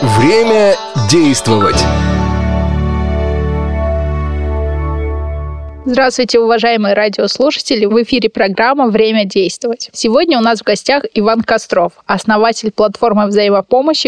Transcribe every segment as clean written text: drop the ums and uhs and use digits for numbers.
Время действовать. Здравствуйте, уважаемые радиослушатели! В эфире программа «Время действовать». Сегодня у нас в гостях Иван Костров, основатель платформы взаимопомощи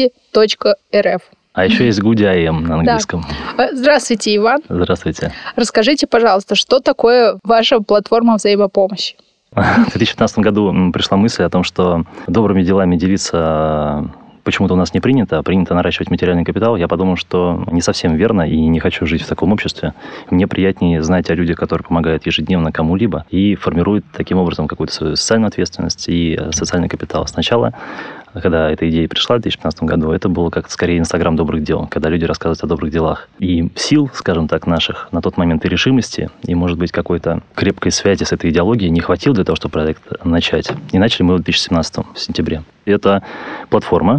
goody.rf. А еще есть Goody.am на английском. Да. Здравствуйте, Иван. Здравствуйте. Расскажите, пожалуйста, что такое ваша платформа взаимопомощи? В 2015 году пришла мысль о том, что добрыми делами делиться почему-то у нас не принято, а принято наращивать материальный капитал. Я подумал, что не совсем верно и не хочу жить в таком обществе. Мне приятнее знать о людях, которые помогают ежедневно кому-либо и формируют таким образом какую-то свою социальную ответственность и социальный капитал. Сначала, когда эта идея пришла в 2015 году, это было как-то скорее Инстаграм добрых дел, когда люди рассказывают о добрых делах. И сил, скажем так, наших на тот момент и решимости, и, может быть, какой-то крепкой связи с этой идеологией не хватило для того, чтобы проект начать. И начали мы в 2017 в сентябре. Это платформа,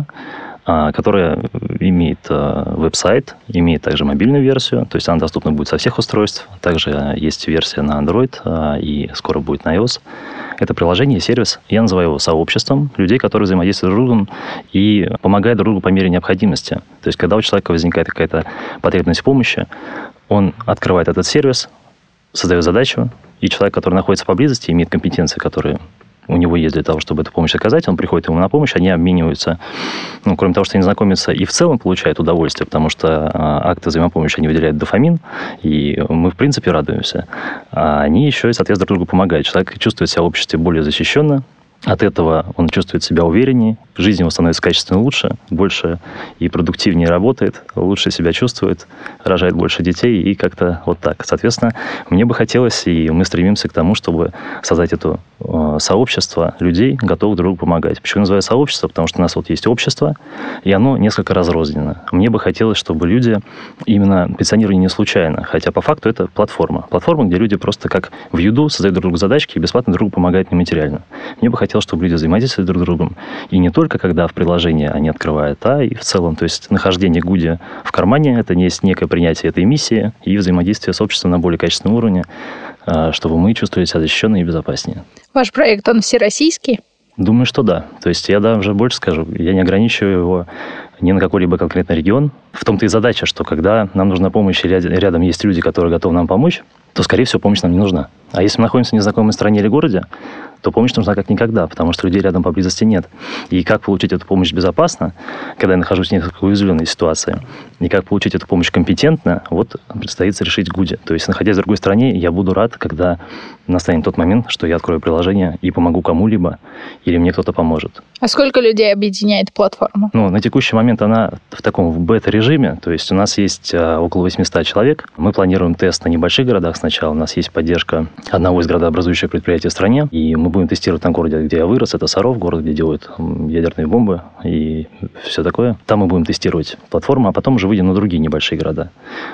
которая имеет веб-сайт, имеет также мобильную версию, то есть она доступна будет со всех устройств. Также есть версия на Android и скоро будет на iOS. Это приложение, сервис, я называю его сообществом людей, которые взаимодействуют друг с другом и помогают друг другу по мере необходимости. То есть, когда у человека возникает какая-то потребность в помощи, он открывает этот сервис, создает задачу, и человек, который находится поблизости, имеет компетенции, которые у него есть для того, чтобы эту помощь оказать, он приходит ему на помощь, они обмениваются, кроме того, что они знакомятся и в целом получают удовольствие, потому что акты взаимопомощи, они выделяют дофамин, и мы, в принципе, радуемся. А они еще и, соответственно, друг другу помогают. Человек чувствует себя в обществе более защищенно, от этого он чувствует себя увереннее, жизнь его становится качественно лучше, больше и продуктивнее работает, лучше себя чувствует, рожает больше детей и как-то вот так. Соответственно, мне бы хотелось, и мы стремимся к тому, чтобы создать это сообщество людей, готовых друг другу помогать. Почему я называю сообщество? Потому что у нас вот есть общество, и оно несколько разрознено. Мне бы хотелось, чтобы люди именно позиционировали не случайно, хотя по факту это платформа. Платформа, где люди просто как в юду создают друг другу задачки и бесплатно друг другу помогают нематериально. Мне бы хотелось, чтобы люди взаимодействовали друг с другом. И не только когда в приложении они открывают, а и в целом. То есть нахождение Goody в кармане – это есть некое принятие этой миссии и взаимодействие с обществом на более качественном уровне, чтобы мы чувствовали себя защищеннее и безопаснее. Ваш проект, он всероссийский? Думаю, что да. То есть я даже больше скажу, я не ограничиваю его ни на какой-либо конкретный регион. В том-то и задача, что когда нам нужна помощь, и рядом есть люди, которые готовы нам помочь, то, скорее всего, помощь нам не нужна. А если мы находимся в незнакомой стране или городе, то помощь нужна как никогда, потому что людей рядом поблизости нет. И как получить эту помощь безопасно, когда я нахожусь в несколько уязвленной ситуации, и как получить эту помощь компетентно, вот предстоит решить Goody. То есть, находясь в другой стране, я буду рад, когда настанет тот момент, что я открою приложение и помогу кому-либо, или мне кто-то поможет. А сколько людей объединяет платформа? На текущий момент она в таком бета-режиме, то есть у нас есть около 800 человек. Мы планируем тест на небольших городах сначала. У нас есть поддержка одного из градообразующих предприятий в стране, и мы будем тестировать на городе, где я вырос. Это Саров, город, где делают ядерные бомбы и все такое. Там мы будем тестировать платформу, а потом уже выйдем на другие небольшие города.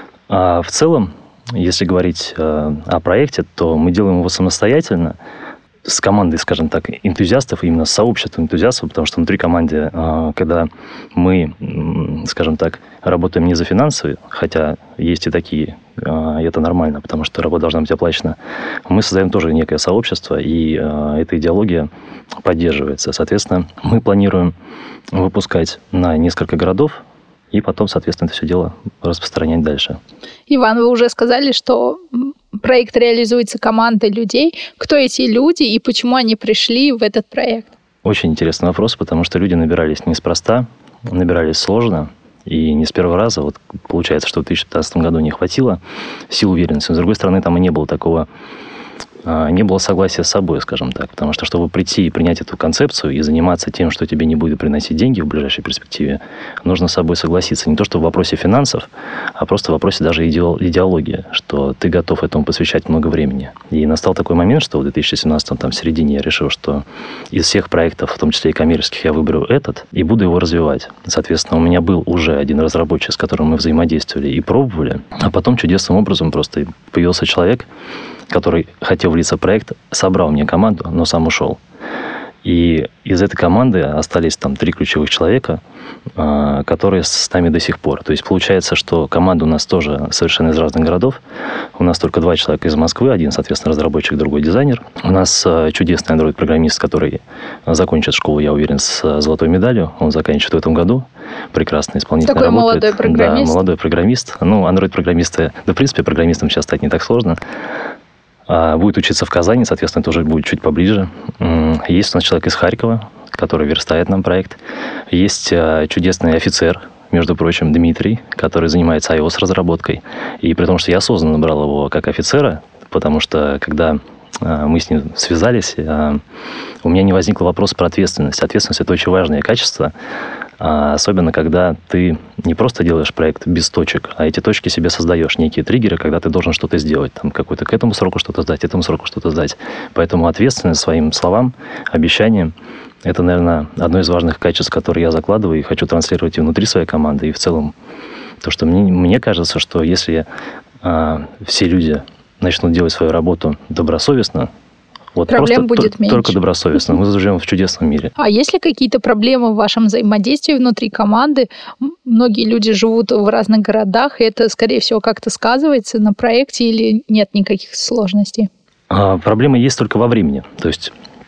А в целом, если говорить о проекте, то мы делаем его самостоятельно, с командой, скажем так, энтузиастов, именно сообществом энтузиастов, потому что внутри команды, когда мы, скажем так, работаем не за финансы, хотя есть и такие, и это нормально, потому что работа должна быть оплачена, мы создаем тоже некое сообщество, и эта идеология поддерживается. Соответственно, мы планируем выпускать на несколько городов, и потом, соответственно, это все дело распространять дальше. Иван, вы уже сказали, что проект реализуется командой людей. Кто эти люди и почему они пришли в этот проект? Очень интересный вопрос, потому что люди набирались неспроста, набирались сложно и не с первого раза. Вот получается, что в 2015 году не хватило сил уверенности. Но, с другой стороны, там и не было такого... не было согласия с собой, скажем так. Потому что, чтобы прийти и принять эту концепцию и заниматься тем, что тебе не будет приносить деньги в ближайшей перспективе, нужно с собой согласиться. Не то, что в вопросе финансов, а просто в вопросе даже идеологии, что ты готов этому посвящать много времени. И настал такой момент, что в 2017 в середине я решил, что из всех проектов, в том числе и коммерческих, я выберу этот и буду его развивать. Соответственно, у меня был уже один разработчик, с которым мы взаимодействовали и пробовали, а потом чудесным образом просто появился человек, который хотел влиться в проект, собрал мне команду, но сам ушел. И из этой команды остались там 3 ключевых человека, которые с нами до сих пор. То есть получается, что команда у нас тоже совершенно из разных городов. У нас только 2 человека из Москвы, один, соответственно, разработчик, другой дизайнер. У нас чудесный Android-программист, который закончит школу, я уверен, с золотой медалью. Он заканчивает в этом году. Прекрасно исполнительно такой работает. Молодой программист. Да, молодой программист. Ну, Android-программисты, да, в принципе, программистам сейчас стать не так сложно. Будет учиться в Казани, соответственно, тоже будет чуть поближе. Есть у нас человек из Харькова, который верстает нам проект. Есть чудесный офицер, между прочим, Дмитрий, который занимается iOS-разработкой. И при том, что я осознанно брал его как офицера, потому что, когда мы с ним связались, у меня не возникло вопроса про ответственность. Ответственность – это очень важное качество, особенно когда ты не просто делаешь проект без точек, а эти точки себе создаешь, некие триггеры, когда ты должен что-то сделать, там какой-то к этому сроку что-то сдать, этому сроку что-то сдать. Поэтому ответственность своим словам, обещаниям – это, наверное, одно из важных качеств, которые я закладываю и хочу транслировать и внутри своей команды, и в целом. То, что мне кажется, что если все люди начнут делать свою работу добросовестно, вот проблем будет меньше. Только добросовестно. Мы живем в чудесном мире. А есть ли какие-то проблемы в вашем взаимодействии внутри команды? Многие люди живут в разных городах, и это, скорее всего, как-то сказывается на проекте или нет никаких сложностей? Проблемы есть только во времени. То есть,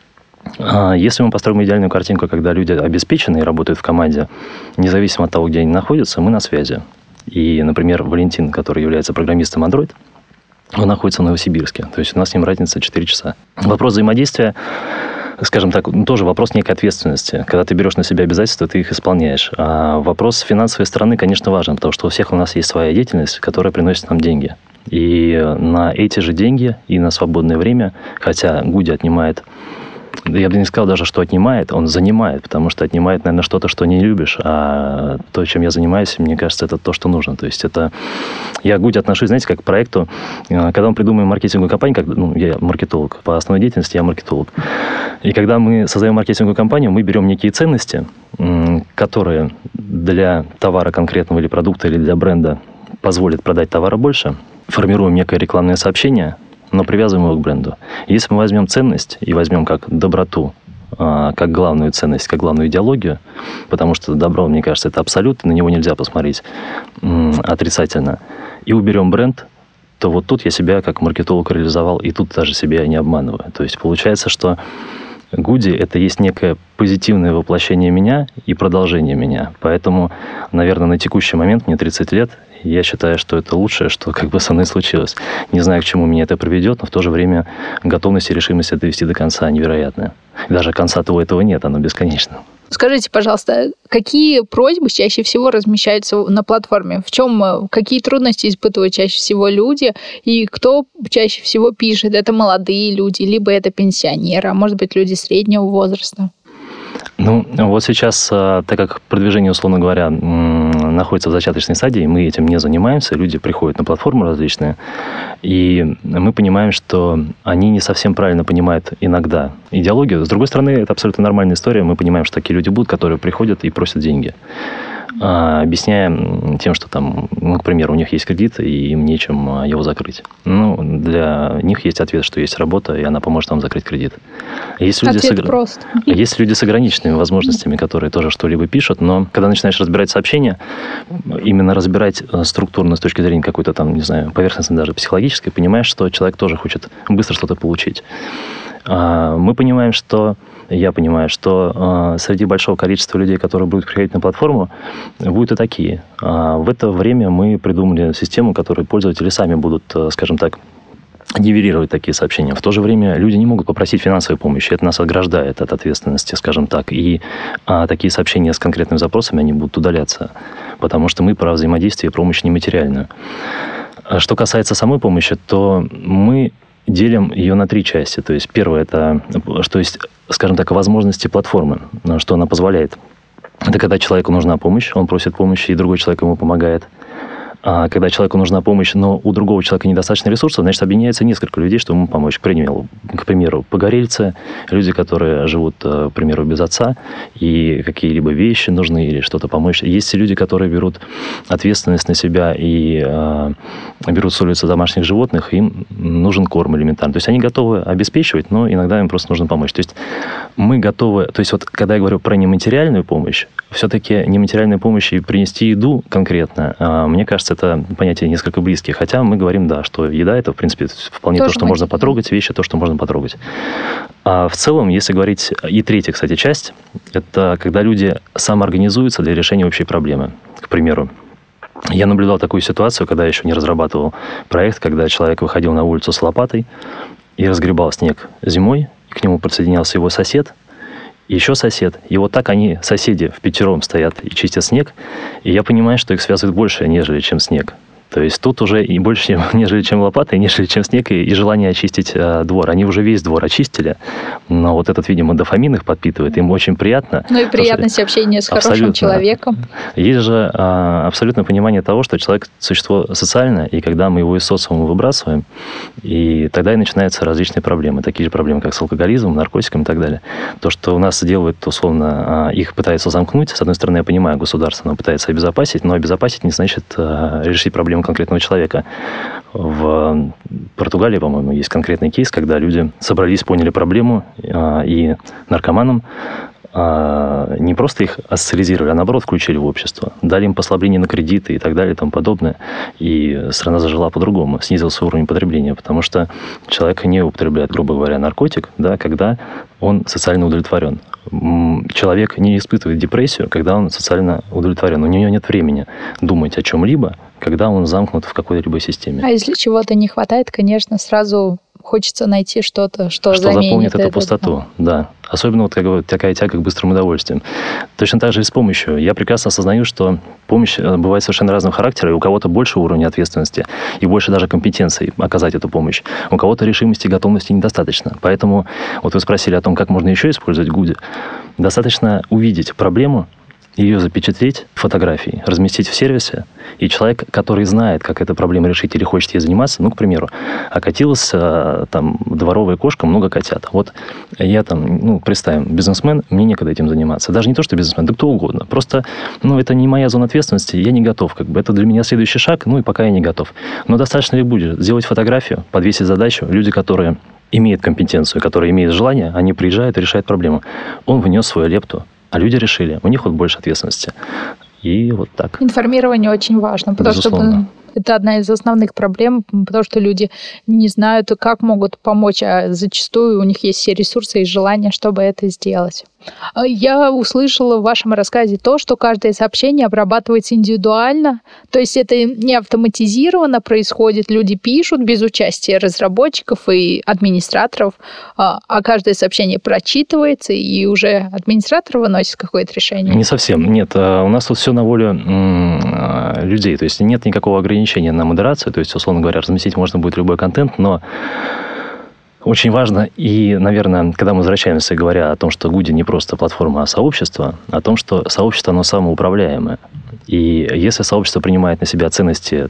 если мы построим идеальную картинку, когда люди обеспечены и работают в команде, независимо от того, где они находятся, мы на связи. И, например, Валентин, который является программистом Android, он находится в Новосибирске. То есть у нас с ним разница 4 часа. Вопрос взаимодействия, скажем так, тоже вопрос некой ответственности. Когда ты берешь на себя обязательства, ты их исполняешь. А вопрос финансовой стороны, конечно, важен, потому что у всех у нас есть своя деятельность, которая приносит нам деньги. И на эти же деньги и на свободное время, хотя Гуди отнимает, я бы не сказал даже, что отнимает, он занимает, потому что отнимает, наверное, что-то, что не любишь, а то, чем я занимаюсь, мне кажется, это то, что нужно. То есть это... Я к Гуди отношусь, знаете, как к проекту, когда мы придумываем маркетинговую кампанию, я маркетолог, по основной деятельности я маркетолог, и когда мы создаем маркетинговую кампанию, мы берем некие ценности, которые для товара конкретного или продукта, или для бренда позволят продать товара больше, формируем некое рекламное сообщение, но привязываем его к бренду. Если мы возьмем ценность и возьмем как доброту, как главную ценность, как главную идеологию, потому что добро, мне кажется, это абсолют, на него нельзя посмотреть отрицательно, и уберем бренд, то вот тут я себя как маркетолог реализовал, и тут даже себя я не обманываю. То есть получается, что Гуди – это есть некое позитивное воплощение меня и продолжение меня. Поэтому, наверное, на текущий момент, мне 30 лет, я считаю, что это лучшее, что как бы со мной случилось. Не знаю, к чему меня это приведет, но в то же время готовность и решимость это довести до конца невероятная. Даже конца-то у этого нет, оно бесконечно. Скажите, пожалуйста, какие просьбы чаще всего размещаются на платформе? Какие трудности испытывают чаще всего люди? И кто чаще всего пишет? Это молодые люди, либо это пенсионеры, а может быть, люди среднего возраста? Ну, вот сейчас, так как продвижение, условно говоря, находится в зачаточной стадии, мы этим не занимаемся, люди приходят на платформы различные, и мы понимаем, что они не совсем правильно понимают иногда идеологию. С другой стороны, это абсолютно нормальная история, мы понимаем, что такие люди будут, которые приходят и просят деньги, объясняя тем, что там, к примеру, у них есть кредит, и им нечем его закрыть. Ну, для них есть ответ, что есть работа, и она поможет вам закрыть кредит. Есть люди прост. Есть люди с ограниченными возможностями, которые тоже что-либо пишут, но когда начинаешь разбирать сообщения, именно разбирать структурно с точки зрения какой-то там, не знаю, поверхностной, даже психологической, понимаешь, что человек тоже хочет быстро что-то получить. Мы понимаем, я понимаю, что среди большого количества людей, которые будут приходить на платформу, будут и такие. В это время мы придумали систему, которую пользователи сами будут, скажем так, нивелировать такие сообщения. В то же время люди не могут попросить финансовой помощи. Это нас ограждает от ответственности, скажем так. И такие сообщения с конкретными запросами, они будут удаляться. Потому что мы про взаимодействие и помощь нематериальную. Что касается самой помощи, то мы делим ее на 3 части. То есть первое, это, что есть, скажем так, возможности платформы, что она позволяет. Это когда человеку нужна помощь, он просит помощи, и другой человек ему помогает. А когда человеку нужна помощь, но у другого человека недостаточно ресурсов, значит, объединяется несколько людей, чтобы ему помочь. К примеру, погорельцы, люди, которые живут, к примеру, без отца, и какие-либо вещи нужны или что-то помочь. Есть и люди, которые берут ответственность на себя и берут с улицы домашних животных, им нужен корм элементарно. То есть они готовы обеспечивать, но иногда им просто нужно помочь. То есть мы готовы... То есть вот когда я говорю про нематериальную помощь, все-таки нематериальная помощь и принести еду конкретно, мне кажется, это понятие несколько близкие. Хотя мы говорим, да, что еда – это, в принципе, вполне тоже то, что можно потрогать, вещи – то, что можно потрогать. А в целом, если говорить... И третья, кстати, часть – это когда люди самоорганизуются для решения общей проблемы. К примеру, я наблюдал такую ситуацию, когда я еще не разрабатывал проект, когда человек выходил на улицу с лопатой и разгребал снег зимой, и к нему подсоединялся его сосед, еще сосед. И вот так они, соседи, впятером стоят и чистят снег. И я понимаю, что их связывает больше, нежели чем снег. То есть тут уже и больше, нежели чем лопата, и нежели чем снег, и желание очистить двор. Они уже весь двор очистили, но вот этот, видимо, дофамин их подпитывает, им очень приятно. Ну и приятность общения с хорошим человеком. Есть же абсолютное понимание того, что человек – существо социальное, и когда мы его из социума выбрасываем, и тогда и начинаются различные проблемы. Такие же проблемы, как с алкоголизмом, наркотиками и так далее. То, что у нас делают, условно, их пытаются замкнуть. С одной стороны, я понимаю, государство оно пытается обезопасить, но обезопасить не значит решить проблему конкретного человека. В Португалии, по-моему, есть конкретный кейс, когда люди собрались, поняли проблему, и наркоманам не просто их асоциализировали, а наоборот включили в общество. Дали им послабление на кредиты и так далее и тому подобное. И страна зажила по-другому, снизился уровень потребления, потому что человек не употребляет, грубо говоря, наркотик, да, когда он социально удовлетворен. Человек не испытывает депрессию, когда он социально удовлетворен. У него нет времени думать о чем-либо, когда он замкнут в какой-либо системе. А если чего-то не хватает, конечно, сразу хочется найти что-то, что заполнит эту пустоту. Да. Особенно вот такая тяга к быстрым удовольствиям. Точно так же и с помощью. Я прекрасно осознаю, что помощь бывает совершенно разного характера, и у кого-то больше уровня ответственности, и больше даже компетенций оказать эту помощь. У кого-то решимости и готовности недостаточно. Поэтому вот вы спросили о том, как можно еще использовать Гуди. Достаточно увидеть проблему, ее запечатлеть фотографией, разместить в сервисе, и человек, который знает, как эту проблему решить или хочет ей заниматься, ну, к примеру, окатилась там дворовая кошка, много котят. Вот я там, ну, представим, бизнесмен, мне некогда этим заниматься. Даже не то, что бизнесмен, да кто угодно. Просто, ну, это не моя зона ответственности, я не готов. Как бы. Это для меня следующий шаг, ну, и пока я не готов. Но достаточно ли будет сделать фотографию, подвесить задачу, люди, которые имеют компетенцию, которые имеют желание, они приезжают и решают проблему. Он внес свою лепту, а люди решили, у них вот больше ответственности. И вот так. Информирование очень важно, потому что это одна из основных проблем, потому что люди не знают, как могут помочь, а зачастую у них есть все ресурсы и желание, чтобы это сделать. Я услышала в вашем рассказе то, что каждое сообщение обрабатывается индивидуально, то есть это не автоматизированно происходит, люди пишут без участия разработчиков и администраторов, а каждое сообщение прочитывается, и уже администратор выносит какое-то решение. Не совсем, нет. У нас тут все на волю людей, то есть нет никакого ограничения на модерацию, то есть, условно говоря, разместить можно будет любой контент, но очень важно, и, наверное, когда мы возвращаемся, говоря о том, что Гуди не просто платформа, а сообщество, о том, что сообщество, оно самоуправляемое. И если сообщество принимает на себя ценности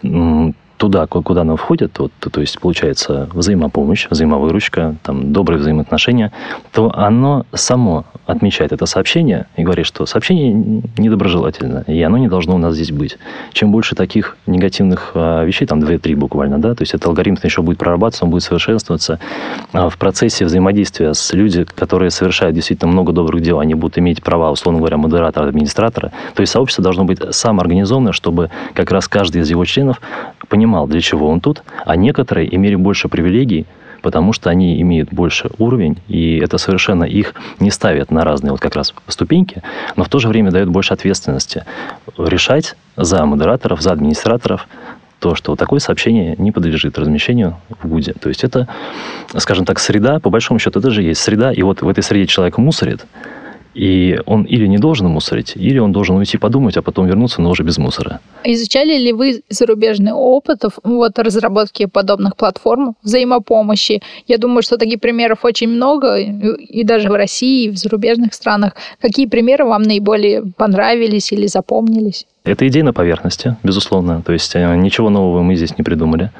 туда, куда оно входит, то есть получается взаимопомощь, взаимовыручка, там, добрые взаимоотношения, то оно само отмечает это сообщение и говорит, что сообщение недоброжелательно, и оно не должно у нас здесь быть. Чем больше таких негативных вещей, там 2-3 буквально, да, то есть этот алгоритм еще будет прорабатываться, он будет совершенствоваться. В процессе взаимодействия с людьми, которые совершают действительно много добрых дел, они будут иметь права, условно говоря, модератора, администратора. То есть сообщество должно быть самоорганизованное, чтобы как раз каждый из его членов понимал, для чего он тут, а некоторые имели больше привилегий, потому что они имеют больше уровень, и это совершенно их не ставит на разные вот как раз ступеньки, но в то же время дает больше ответственности решать за модераторов, за администраторов то, что вот такое сообщение не подлежит размещению в Гуди. То есть это, скажем так, среда, по большому счету, это же есть среда, и вот в этой среде человек мусорит, И он или не должен мусорить, или он должен уйти подумать, а потом вернуться, но уже без мусора. Изучали ли вы зарубежный опыт разработки подобных платформ взаимопомощи? Я думаю, что таких примеров очень много, и даже в России, и в зарубежных странах. Какие примеры вам наиболее понравились или запомнились? Это идея на поверхности, безусловно. То есть ничего нового мы здесь не придумали.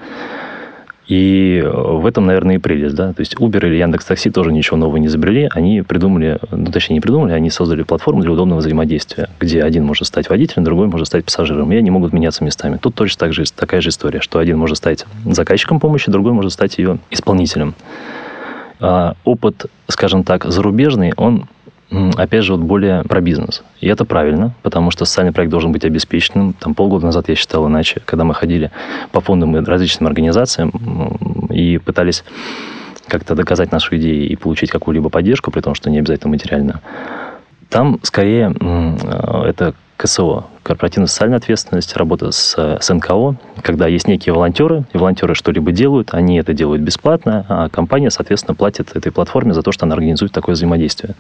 И в этом, наверное, и прелесть, да. То есть Uber или Яндекс.Такси тоже ничего нового не изобрели. Они придумали, точнее, не придумали, они создали платформу для удобного взаимодействия, где один может стать водителем, другой может стать пассажиром, и они могут меняться местами. Тут точно такая же история, что один может стать заказчиком помощи, другой может стать ее исполнителем. Опыт, скажем так, зарубежный, он, опять же, более про бизнес. И это правильно, потому что социальный проект должен быть обеспеченным. Там полгода назад я считал иначе, когда мы ходили по фондам и различным организациям и пытались как-то доказать нашу идею и получить какую-либо поддержку, при том, что не обязательно материально. Там скорее это КСО, корпоративная социальная ответственность, работа с НКО, когда есть некие волонтеры, и волонтеры что-либо делают, они это делают бесплатно, а компания, соответственно, платит этой платформе за то, что она организует такое взаимодействие.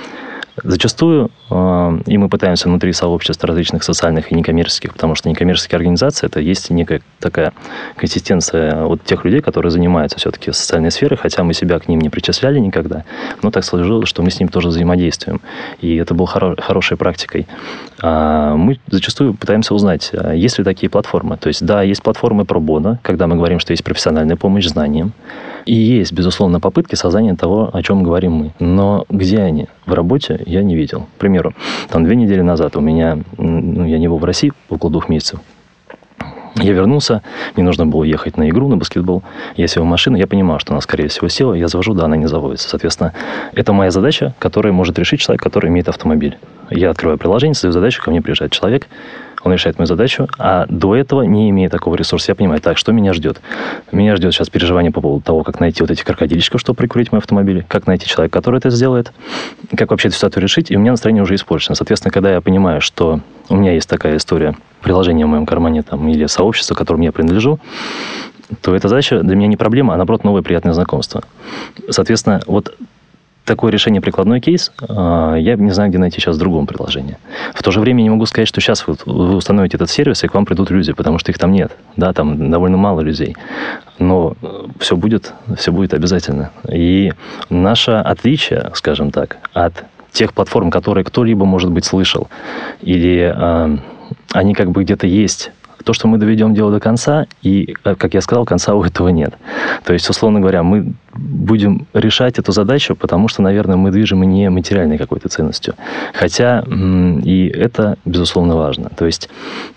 Зачастую, и мы пытаемся внутри сообществ различных социальных и некоммерческих, потому что некоммерческие организации, это есть некая такая консистенция вот тех людей, которые занимаются все-таки социальной сферой, хотя мы себя к ним не причисляли никогда, но так сложилось, что мы с ним тоже взаимодействуем. И это было хорошей практикой. Мы зачастую пытаемся узнать, есть ли такие платформы. То есть, да, есть платформы про боно, когда мы говорим, что есть профессиональная помощь знаниям, и есть, безусловно, попытки создания того, о чем говорим мы. Но где они? В работе я не видел. К примеру, 2 недели назад у меня, я не был в России около 2 месяцев. Я вернулся, мне нужно было ехать на игру, на баскетбол. Я сел в машину, я понимал, что она, скорее всего, села. Я завожу, да, она не заводится. Соответственно, это моя задача, которую может решить человек, который имеет автомобиль. Я открываю приложение, задаю задачу, ко мне приезжает человек, он решает мою задачу, а до этого, не имея такого ресурса, я понимаю, так, что меня ждет? Меня ждет сейчас переживание по поводу того, как найти вот этих крокодильчиков, чтобы прикурить мой автомобиль, как найти человека, который это сделает, как вообще эту ситуацию решить, и у меня настроение уже испорчено. Соответственно, когда я понимаю, что у меня есть такая история, приложение в моем кармане там, или сообщество, которому я принадлежу, то эта задача для меня не проблема, а наоборот новое приятное знакомство. Соответственно, вот такое решение прикладной кейс, я не знаю, где найти сейчас в другом приложении. В то же время не могу сказать, что сейчас вы установите этот сервис, и к вам придут люди, потому что их там нет. Да, там довольно мало людей. Но все будет обязательно. И наше отличие, скажем так, от тех платформ, которые кто-либо, может быть, слышал, или они как бы где-то есть, то, что мы доведем дело до конца, и, как я сказал, конца у этого нет. То есть, условно говоря, мы будем решать эту задачу, потому что, наверное, мы движем не материальной какой-то ценностью. Хотя и это, безусловно, важно. То есть,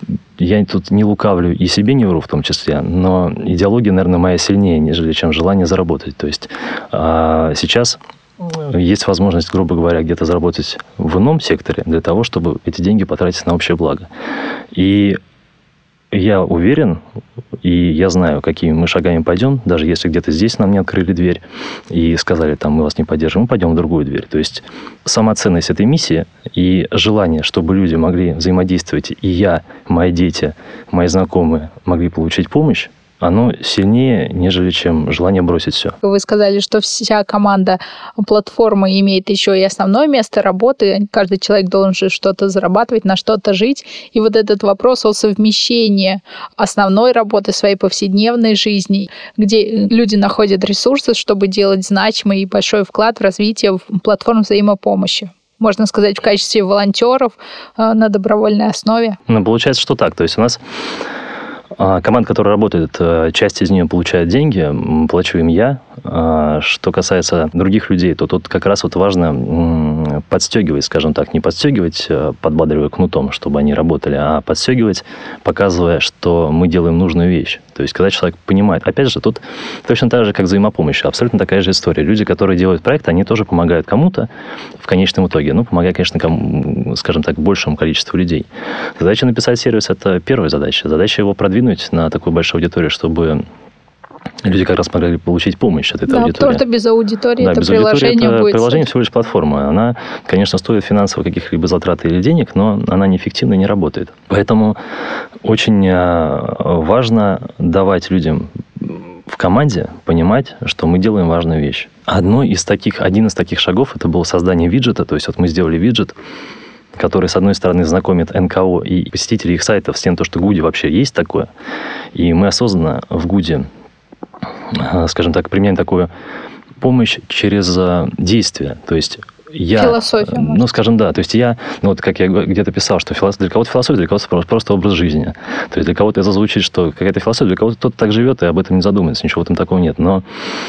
я тут не лукавлю и себе не вру в том числе, но идеология, наверное, моя сильнее, нежели чем желание заработать. То есть, сейчас есть возможность, грубо говоря, где-то заработать в ином секторе для того, чтобы эти деньги потратить на общее благо. И я уверен, и я знаю, какими мы шагами пойдем, даже если где-то здесь нам не открыли дверь и сказали, там, мы вас не поддержим, мы пойдем в другую дверь. То есть сама ценность этой миссии и желание, чтобы люди могли взаимодействовать, и я, мои дети, мои знакомые могли получить помощь, оно сильнее, нежели чем желание бросить все. Вы сказали, что вся команда платформы имеет еще и основное место работы. Каждый человек должен же что-то зарабатывать, на что-то жить. И вот этот вопрос о совмещении основной работы, своей повседневной жизни, где люди находят ресурсы, чтобы делать значимый и большой вклад в развитие платформ взаимопомощи. Можно сказать, в качестве волонтеров на добровольной основе. Ну, получается, что так. То есть у нас команда, которая работает, часть из нее получает деньги, плачу им я. Что касается других людей, то тут как раз вот важно подстегивать, скажем так, не подстегивать, подбадривая кнутом, чтобы они работали, а подстегивать, показывая, что мы делаем нужную вещь. То есть, когда человек понимает, опять же, тут точно так же, как взаимопомощь, абсолютно такая же история. Люди, которые делают проект, они тоже помогают кому-то в конечном итоге. Ну, помогая, конечно, скажем так, большему количеству людей. Задача написать сервис – это первая задача. Задача его продвинуть на такую большую аудиторию, чтобы люди как раз могли получить помощь от этой аудитории. Потому что без аудитории да, это без приложение аудитории будет... Приложение всего лишь платформа. Она, конечно, стоит финансово каких-либо затрат или денег, но она неэффективно не работает. Поэтому очень важно давать людям команде понимать, что мы делаем важную вещь. Один из таких шагов, это было создание виджета. То есть вот мы сделали виджет, который, с одной стороны, знакомит НКО и посетителей их сайтов с тем, что Гуди вообще есть такое. И мы осознанно в Гуди, скажем так, применяем такую помощь через действие. То есть философия. Ну, скажем, да. То есть вот как я где-то писал, что для кого-то философия, для кого-то просто образ жизни. То есть для кого-то это звучит, что какая-то философия, для кого-то кто-то так живет и об этом не задумывается, ничего в этом такого нет. Но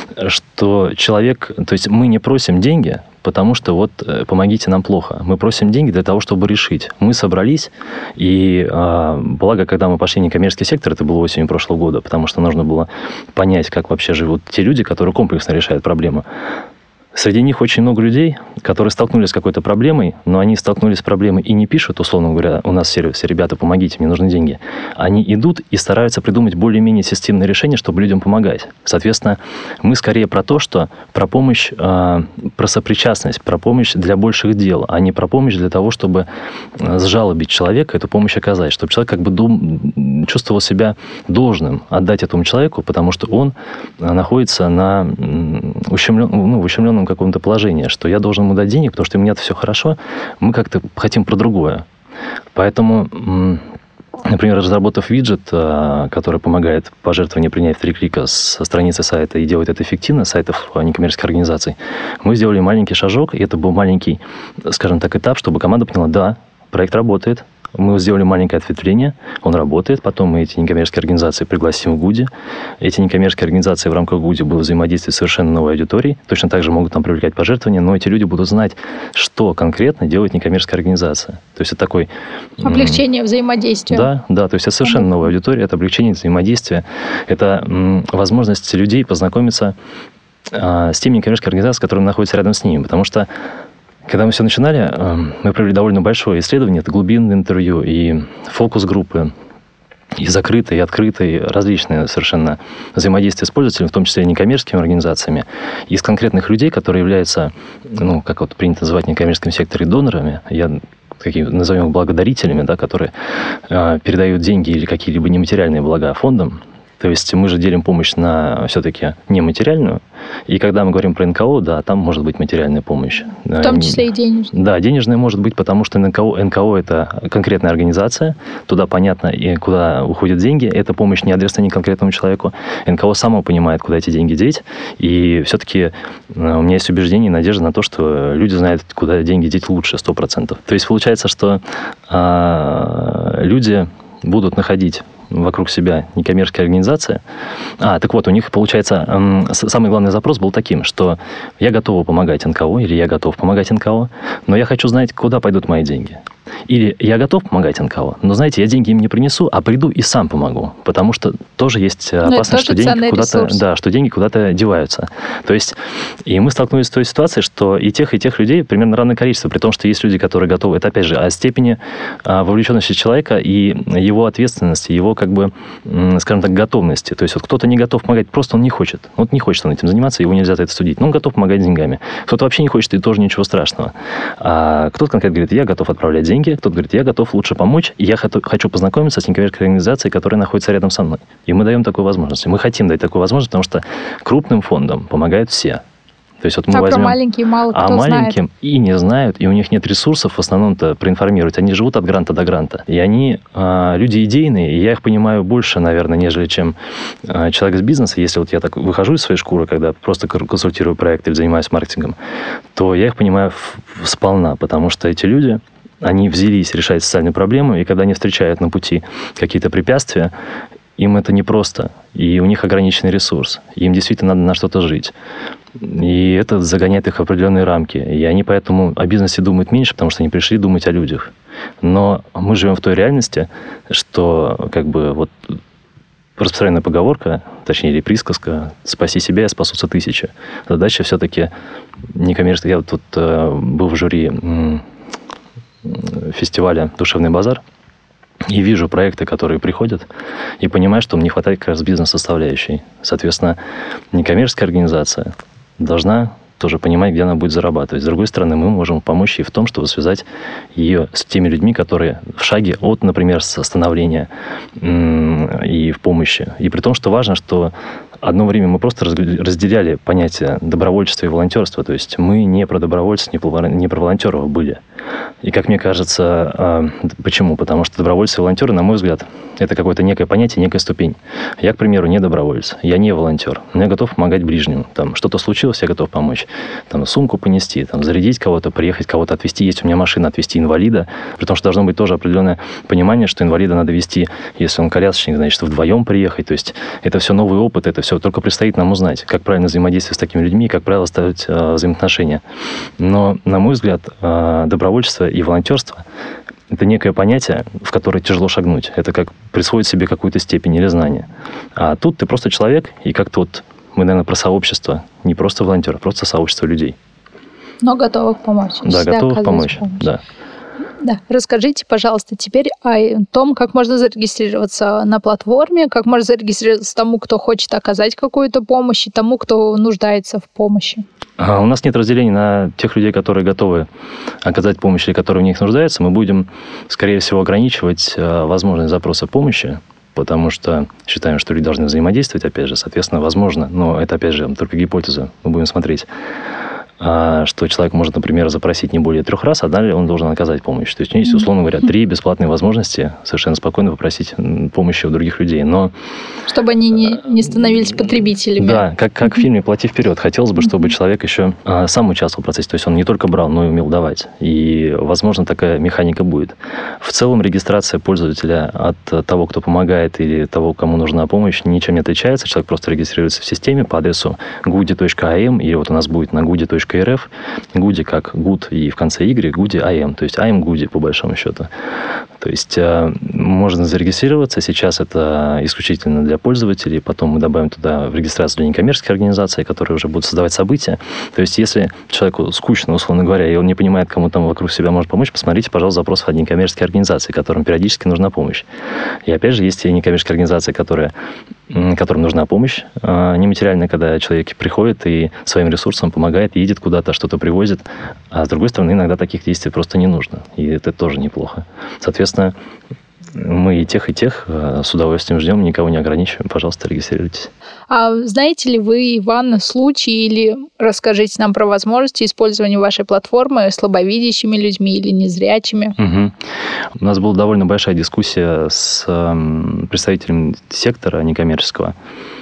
что человек... То есть мы не просим деньги, потому что вот помогите нам плохо. Мы просим деньги для того, чтобы решить. Мы собрались, и благо, когда мы пошли в некоммерческий сектор, это было осенью прошлого года, потому что нужно было понять, как вообще живут те люди, которые комплексно решают проблему. Среди них очень много людей, которые столкнулись с какой-то проблемой, но они столкнулись с проблемой и не пишут, условно говоря, у нас сервис, ребята, помогите, мне нужны деньги. Они идут и стараются придумать более-менее системное решение, чтобы людям помогать. Соответственно, мы скорее про то, что про помощь, про сопричастность, про помощь для больших дел, а не про помощь для того, чтобы сжалобить человека, эту помощь оказать, чтобы человек как бы чувствовал себя должным отдать этому человеку, потому что он находится в ущемленном каком-то положении, что я должен ему дать денег, потому что у меня-то все хорошо, мы как-то хотим про другое. Поэтому, например, разработав виджет, который помогает пожертвование принять в 3 клика со страницы сайта и делает это эффективно, сайтов некоммерческих организаций, мы сделали маленький шажок, и это был маленький, скажем так, этап, чтобы команда поняла, да, проект работает. Мы сделали маленькое ответвление, он работает. Потом мы эти некоммерческие организации пригласим в Гуди. Эти некоммерческие организации в рамках Гуди будут взаимодействовать с совершенно новой аудиторией. Точно так же могут там привлекать пожертвования, но эти люди будут знать, что конкретно делает некоммерческая организация. То есть это такой... Облегчение взаимодействия. Да, то есть это совершенно новая аудитория, это облегчение взаимодействия, это возможность людей познакомиться с теми некоммерческими организациями, которые находятся рядом с ними. Потому что когда мы все начинали, мы провели довольно большое исследование, это глубинное интервью и фокус-группы, и закрытые, и открытые, различные совершенно взаимодействия с пользователями, в том числе и некоммерческими организациями, из конкретных людей, которые являются, как вот принято называть в некоммерческом секторе, донорами, назовем их благодарителями, да, которые передают деньги или какие-либо нематериальные блага фондам. То есть мы же делим помощь на все-таки нематериальную. И когда мы говорим про НКО, да, там может быть материальная помощь. В том числе и денежная. Да, денежная может быть, потому что НКО – это конкретная организация. Туда понятно, и куда уходят деньги. Эта помощь не адресна ни конкретному человеку. НКО само понимает, куда эти деньги деть. И все-таки у меня есть убеждение и надежда на то, что люди знают, куда деньги деть лучше, 100%. То есть получается, что люди будут находить вокруг себя некоммерческие организации. Так вот, у них, получается, самый главный запрос был таким, что я готова помогать НКО, или я готов помогать НКО, но я хочу знать, куда пойдут мои деньги. Или я готов помогать НКО, но, знаете, я деньги им не принесу, а приду и сам помогу. Потому что тоже есть опасность, что деньги куда-то деваются. То есть, и мы столкнулись с той ситуацией, что и тех людей примерно равное количество, при том, что есть люди, которые готовы. Это, опять же, о степени вовлеченности человека и его ответственности, его, скажем так, готовности. То есть, вот кто-то не готов помогать, просто он не хочет. Вот не хочет он этим заниматься, его нельзя за это судить. Но он готов помогать деньгами. Кто-то вообще не хочет, и тоже ничего страшного. А кто-то конкретно говорит, я готов отправлять деньги, кто-то говорит, я готов лучше помочь, и я хочу познакомиться с некоммерческой организацией, которая находится рядом со мной. И мы даем такую возможность. Мы хотим дать такую возможность, потому что крупным фондам помогают все. То есть вот мы возьмем... про маленькие мало кто знает. Маленьким и не знают, и у них нет ресурсов в основном-то проинформировать. Они живут от гранта до гранта. И они люди идейные, и я их понимаю больше, наверное, нежели чем человек из бизнеса. Если вот я так выхожу из своей шкуры, когда просто консультирую проект или занимаюсь маркетингом, то я их понимаю сполна, потому что эти люди... Они взялись решать социальные проблемы, и когда они встречают на пути какие-то препятствия, им это непросто, и у них ограниченный ресурс. Им действительно надо на что-то жить. И это загоняет их в определенные рамки. И они поэтому о бизнесе думают меньше, потому что они пришли думать о людях. Но мы живем в той реальности, что распространенная поговорка, точнее, или присказка «спаси себя, спасутся тысячи». Задача все-таки некоммерческая. Я тут был в жюри фестиваля «Душевный базар» и вижу проекты, которые приходят, и понимаю, что мне не хватает как раз бизнес-составляющей. Соответственно, некоммерческая организация должна тоже понимать, где она будет зарабатывать. С другой стороны, мы можем помочь ей в том, чтобы связать ее с теми людьми, которые в шаге от, например, становления и в помощи. И при том, что важно, что одно время мы просто разделяли понятие добровольчества и волонтерства. То есть мы не про добровольцев, не про волонтеров были. И, как мне кажется, почему? Потому что добровольцы и волонтеры, на мой взгляд, это какое-то некое понятие, некая ступень. Я, к примеру, не доброволец, я не волонтер, но я готов помогать ближнему. Там что-то случилось, я готов помочь. Там сумку понести, там зарядить кого-то, приехать кого-то отвезти. Есть у меня машина, отвезти инвалида. При том, что должно быть тоже определенное понимание, что инвалида надо везти, если он колясочник, значит, вдвоем приехать. То есть это все новый опыт, это все только предстоит нам узнать, как правильно взаимодействовать с такими людьми, как правильно ставить взаимоотношения. Но, на мой взгляд, добровольчество и волонтерство – это некое понятие, в которое тяжело шагнуть. Это как присвоить себе какую-то степень или знание. А тут ты просто человек, и как-то вот мы, наверное, про сообщество, не просто волонтер, а просто сообщество людей. Но готовых помочь. Да, готовых помочь. Да. Да. Расскажите, пожалуйста, теперь о том, как можно зарегистрироваться на платформе, как можно зарегистрироваться тому, кто хочет оказать какую-то помощь, и тому, кто нуждается в помощи. У нас нет разделений на тех людей, которые готовы оказать помощь или которые в них нуждаются. Мы будем, скорее всего, ограничивать возможность запроса помощи, потому что считаем, что люди должны взаимодействовать, опять же, соответственно, возможно, но это, опять же, только гипотеза, мы будем смотреть, что человек может, например, запросить не более 3 раз, а далее он должен оказать помощь. То есть у него есть, условно говоря, 3 бесплатные возможности совершенно спокойно попросить помощи у других людей. Но чтобы они не становились потребителями. Да, как в фильме «Плати вперед». Хотелось бы, чтобы человек еще сам участвовал в процессе. То есть он не только брал, но и умел давать. И, возможно, такая механика будет. В целом регистрация пользователя от того, кто помогает, или того, кому нужна помощь, ничем не отличается. Человек просто регистрируется в системе по адресу goody.am, или вот у нас будет на goody.rf. Goody как good и в конце Y, Goody AM. То есть I'm Goody, по большому счету. То есть можно зарегистрироваться. Сейчас это исключительно для пользователей. Потом мы добавим туда в регистрацию для некоммерческих организаций, которые уже будут создавать события. То есть если человеку скучно, условно говоря, и он не понимает, кому там вокруг себя может помочь, посмотрите, пожалуйста, запрос от некоммерческих организаций, которым периодически нужна помощь. И опять же, есть и некоммерческие организации, которым нужна помощь нематериальная, когда человек приходит и своим ресурсом помогает, едет куда-то, что-то привозит. А с другой стороны, иногда таких действий просто не нужно. И это тоже неплохо. Соответственно, мы и тех с удовольствием ждем, никого не ограничиваем. Пожалуйста, регистрируйтесь. А знаете ли вы, Иван, случаи или расскажите нам про возможности использования вашей платформы слабовидящими людьми или незрячими? Угу. У нас была довольно большая дискуссия с представителем сектора некоммерческого.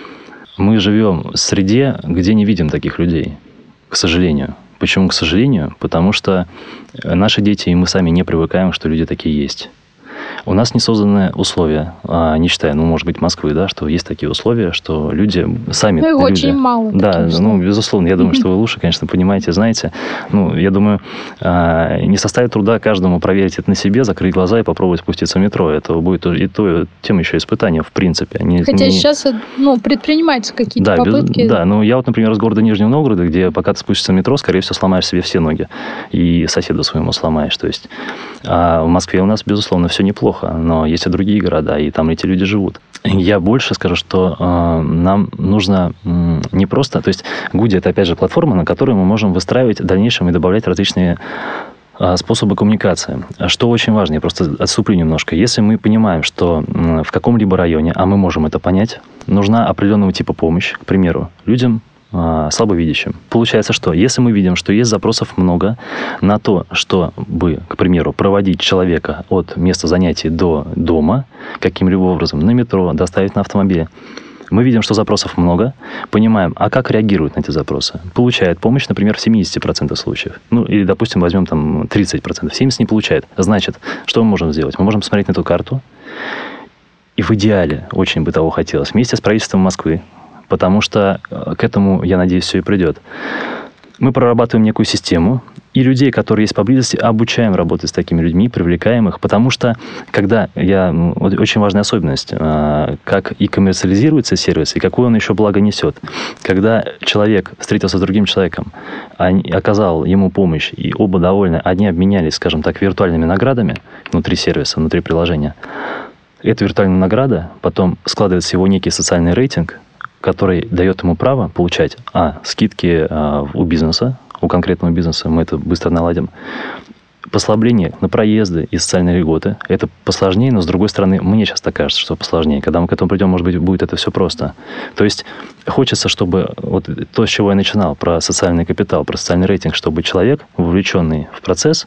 Мы живем в среде, где не видим таких людей, к сожалению. Почему к сожалению? Потому что наши дети и мы сами не привыкаем, что люди такие есть. У нас не созданы условия, не считая, может быть, Москвы, да, что есть такие условия, что люди сами... Ну, их очень мало. Да, безусловно. Я думаю, что вы лучше, конечно, понимаете, знаете. Я думаю, не составит труда каждому проверить это на себе, закрыть глаза и попробовать спуститься в метро. Это будет тем еще испытанием, в принципе. Хотя сейчас, предпринимаются какие-то попытки. Да, я вот, например, из города Нижнего Новгорода, где пока ты спустишься в метро, скорее всего, сломаешь себе все ноги. И соседу своему сломаешь. То есть в Москве у нас, безусловно, все неплохо, но есть и другие города, и там эти люди живут. Я больше скажу, что нам нужно не просто... То есть Goody – это, опять же, платформа, на которой мы можем выстраивать в дальнейшем и добавлять различные способы коммуникации. Что очень важно, я просто отступлю немножко. Если мы понимаем, что в каком-либо районе, а мы можем это понять, нужна определенного типа помощь, к примеру, людям слабовидящим. Получается, что если мы видим, что есть запросов много на то, чтобы, к примеру, проводить человека от места занятий до дома каким-либо образом, на метро, доставить на автомобиле, мы видим, что запросов много, понимаем, а как реагируют на эти запросы. Получает помощь, например, в 70% случаев. Или, допустим, возьмем там 30%. 70% не получает. Значит, что мы можем сделать? Мы можем посмотреть на эту карту и в идеале, очень бы того хотелось, вместе с правительством Москвы, потому что к этому, я надеюсь, все и придет. Мы прорабатываем некую систему, и людей, которые есть поблизости, обучаем работать с такими людьми, привлекаем их, потому что, очень важная особенность, как и коммерциализируется сервис, и какое он еще благо несет. Когда человек встретился с другим человеком, оказал ему помощь, и оба довольны, одни обменялись, скажем так, виртуальными наградами внутри сервиса, внутри приложения, эта виртуальная награда потом складывается в его некий социальный рейтинг, который дает ему право получать скидки у бизнеса, у конкретного бизнеса, мы это быстро наладим, послабление на проезды и социальные льготы. Это посложнее, но, с другой стороны, мне часто кажется, что посложнее. Когда мы к этому придем, может быть, будет это все просто. То есть хочется, чтобы вот то, с чего я начинал, про социальный капитал, про социальный рейтинг, чтобы человек, вовлеченный в процесс,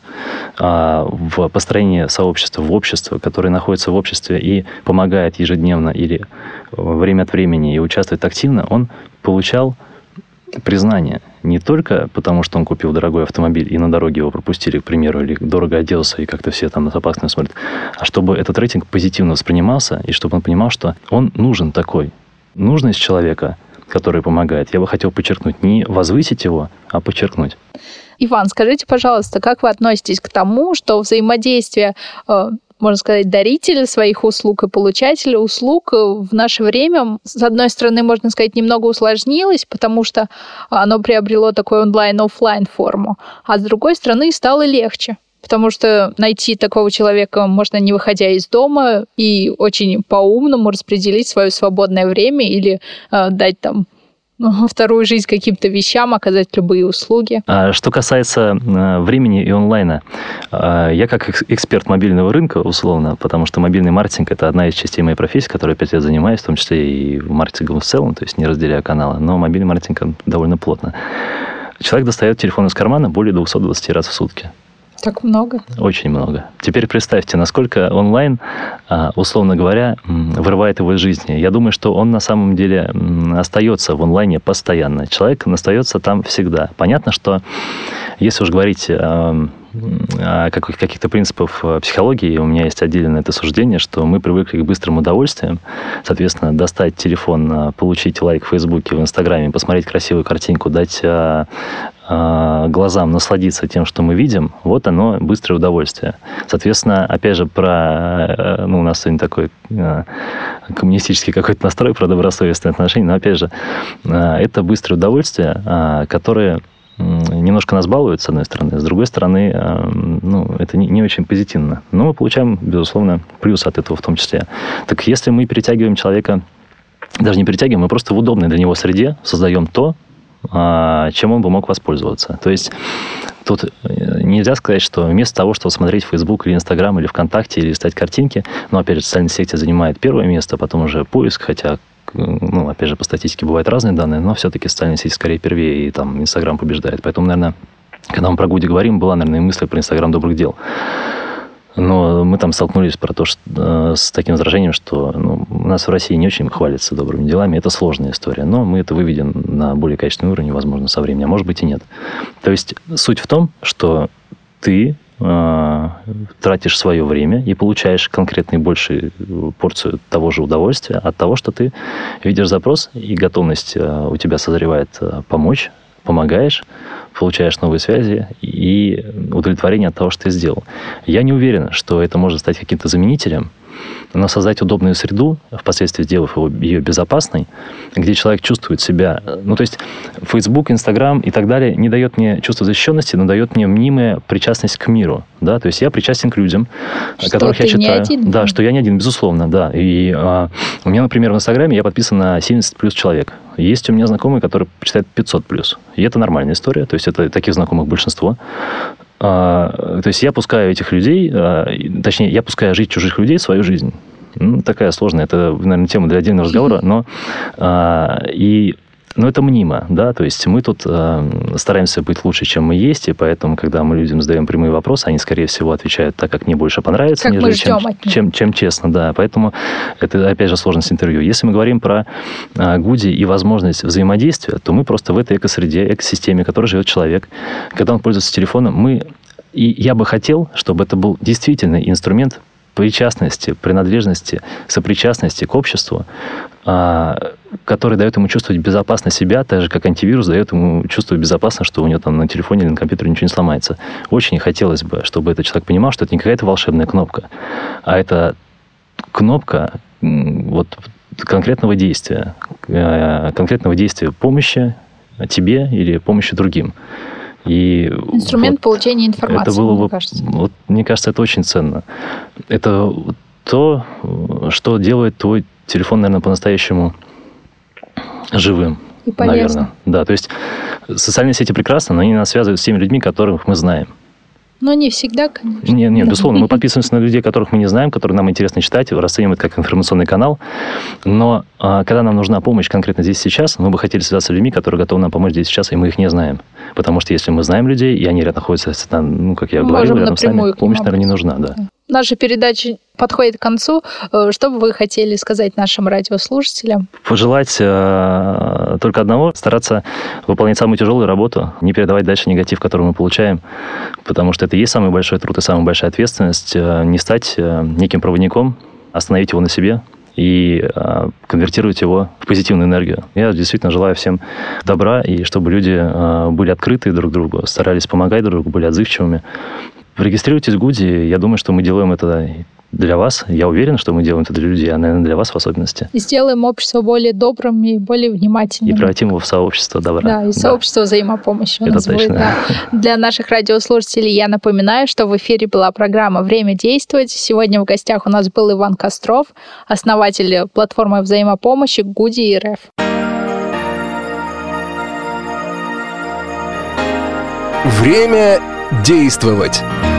в построении сообщества, в общество, которое находится в обществе и помогает ежедневно или время от времени и участвует активно, он получал признание не только потому, что он купил дорогой автомобиль и на дороге его пропустили, к примеру, или дорого оделся и как-то все там с опасностью смотрят, а чтобы этот рейтинг позитивно воспринимался и чтобы он понимал, что он нужен такой. Нужность человека, который помогает, я бы хотел подчеркнуть, не возвысить его, а подчеркнуть. Иван, скажите, пожалуйста, как вы относитесь к тому, что взаимодействие, можно сказать, дарителя своих услуг и получателя услуг в наше время, с одной стороны, можно сказать, немного усложнилось, потому что оно приобрело такую онлайн-оффлайн форму, а с другой стороны, стало легче? Потому что найти такого человека можно, не выходя из дома, и очень по-умному распределить свое свободное время или дать там вторую жизнь каким-то вещам, оказать любые услуги. Что касается времени и онлайна, я как эксперт мобильного рынка, условно, потому что мобильный маркетинг – это одна из частей моей профессии, которой 5 лет занимаюсь, в том числе и маркетингом в целом, то есть не разделяя каналы, но мобильный маркетинг довольно плотно. Человек достает телефон из кармана более 220 раз в сутки. Так много? Очень много. Теперь представьте, насколько онлайн, условно говоря, вырывает его из жизни. Я думаю, что он на самом деле остается в онлайне постоянно. Человек остается там всегда. Понятно, что если уж говорить о каких-то принципах психологии, у меня есть отдельное это суждение, что мы привыкли к быстрым удовольствиям. Соответственно, достать телефон, получить лайк в Фейсбуке, в Инстаграме, посмотреть красивую картинку, дать глазам насладиться тем, что мы видим, вот оно, быстрое удовольствие. Соответственно, опять же, у нас сегодня такой коммунистический какой-то настрой про добросовестные отношения, но опять же, это быстрое удовольствие, которое немножко нас балует, с одной стороны, с другой стороны, это не очень позитивно. Но мы получаем, безусловно, плюс от этого в том числе. Так если мы перетягиваем человека, даже не перетягиваем, мы просто в удобной для него среде создаем то, чем он бы мог воспользоваться. То есть тут нельзя сказать, что вместо того, чтобы смотреть Facebook или Instagram или ВКонтакте или листать картинки, опять же, социальные сети занимают первое место, потом уже поиск, хотя, опять же, по статистике бывают разные данные, но все-таки социальные сети скорее первее, и там Instagram побеждает. Поэтому, наверное, когда мы про Гуди говорим, была, наверное, и мысль про Instagram добрых дел. Но мы там столкнулись с таким возражением, что у нас в России не очень хвалятся добрыми делами. Это сложная история. Но мы это выведем на более качественный уровень, возможно, со временем. А может быть и нет. То есть суть в том, что ты тратишь свое время и получаешь конкретную большую порцию того же удовольствия от того, что ты видишь запрос, и готовность у тебя созревает помочь, помогаешь, получаешь новые связи и удовлетворение от того, что ты сделал. Я не уверен, что это может стать каким-то заменителем, но создать удобную среду, впоследствии сделав ее безопасной, где человек чувствует себя... то есть Facebook, Instagram и так далее не дает мне чувство защищенности, но дает мне мнимая причастность к миру. Да? То есть я причастен к людям, которых я читаю. Не один. Да, что я не один, безусловно, да. И у меня, например, в Инстаграме я подписан на 70 плюс человек. Есть у меня знакомые, которые читают 500 плюс. И это нормальная история. То есть это таких знакомых большинство. То есть я пускаю этих людей, точнее, я пускаю жить чужих людей свою жизнь. Такая сложная, это, наверное, тема для отдельного разговора, но это мнимо, да, то есть мы тут стараемся быть лучше, чем мы есть, и поэтому, когда мы людям задаем прямые вопросы, они, скорее всего, отвечают так, как мне больше понравится, чем честно, да, поэтому это, опять же, сложность интервью. Если мы говорим про Гуди и возможность взаимодействия, то мы просто в этой экосреде, экосистеме, в которой живет человек, когда он пользуется телефоном, я бы хотел, чтобы это был действительно инструмент причастности, принадлежности, сопричастности к обществу, который дает ему чувствовать безопасно себя, так же, как антивирус дает ему чувствовать безопасно, что у него там на телефоне или на компьютере ничего не сломается. Очень хотелось бы, чтобы этот человек понимал, что это не какая-то волшебная кнопка, а это кнопка конкретного действия помощи тебе или помощи другим. И инструмент получения информации, это было, мне кажется. Мне кажется, это очень ценно. Это то, что делает твой телефон, наверное, по-настоящему живым. И полезным. Наверное. Да, то есть социальные сети прекрасны, но они нас связывают с теми людьми, которых мы знаем. Но не всегда, конечно. Нет, безусловно. Мы подписываемся на людей, которых мы не знаем, которые нам интересно читать, расцениваем это как информационный канал. Но когда нам нужна помощь конкретно здесь и сейчас, мы бы хотели связаться с людьми, которые готовы нам помочь здесь и сейчас, и мы их не знаем. Потому что если мы знаем людей, и они рядом находятся, как я говорил, рядом с нами, помощь, наверное, не нужна. Да. Наша передача подходит к концу. Что бы вы хотели сказать нашим радиослушателям? Пожелать только одного: стараться выполнять самую тяжелую работу, не передавать дальше негатив, который мы получаем, потому что это и есть самый большой труд и самая большая ответственность. Не стать неким проводником, остановить его на себе и конвертировать его в позитивную энергию. Я действительно желаю всем добра, и чтобы люди были открыты друг к другу, старались помогать друг другу, были отзывчивыми. Регистрируйтесь в ГУДе. Я думаю, что мы делаем это для вас. Я уверен, что мы делаем это для людей, а, наверное, для вас в особенности. И сделаем общество более добрым и более внимательным. И превратим его в сообщество добра. Да, и сообщество взаимопомощи. Это точно. Будет, да. Для наших радиослушателей я напоминаю, что в эфире была программа «Время действовать». Сегодня в гостях у нас был Иван Костров, основатель платформы взаимопомощи ГУДи РФ. Время действовать.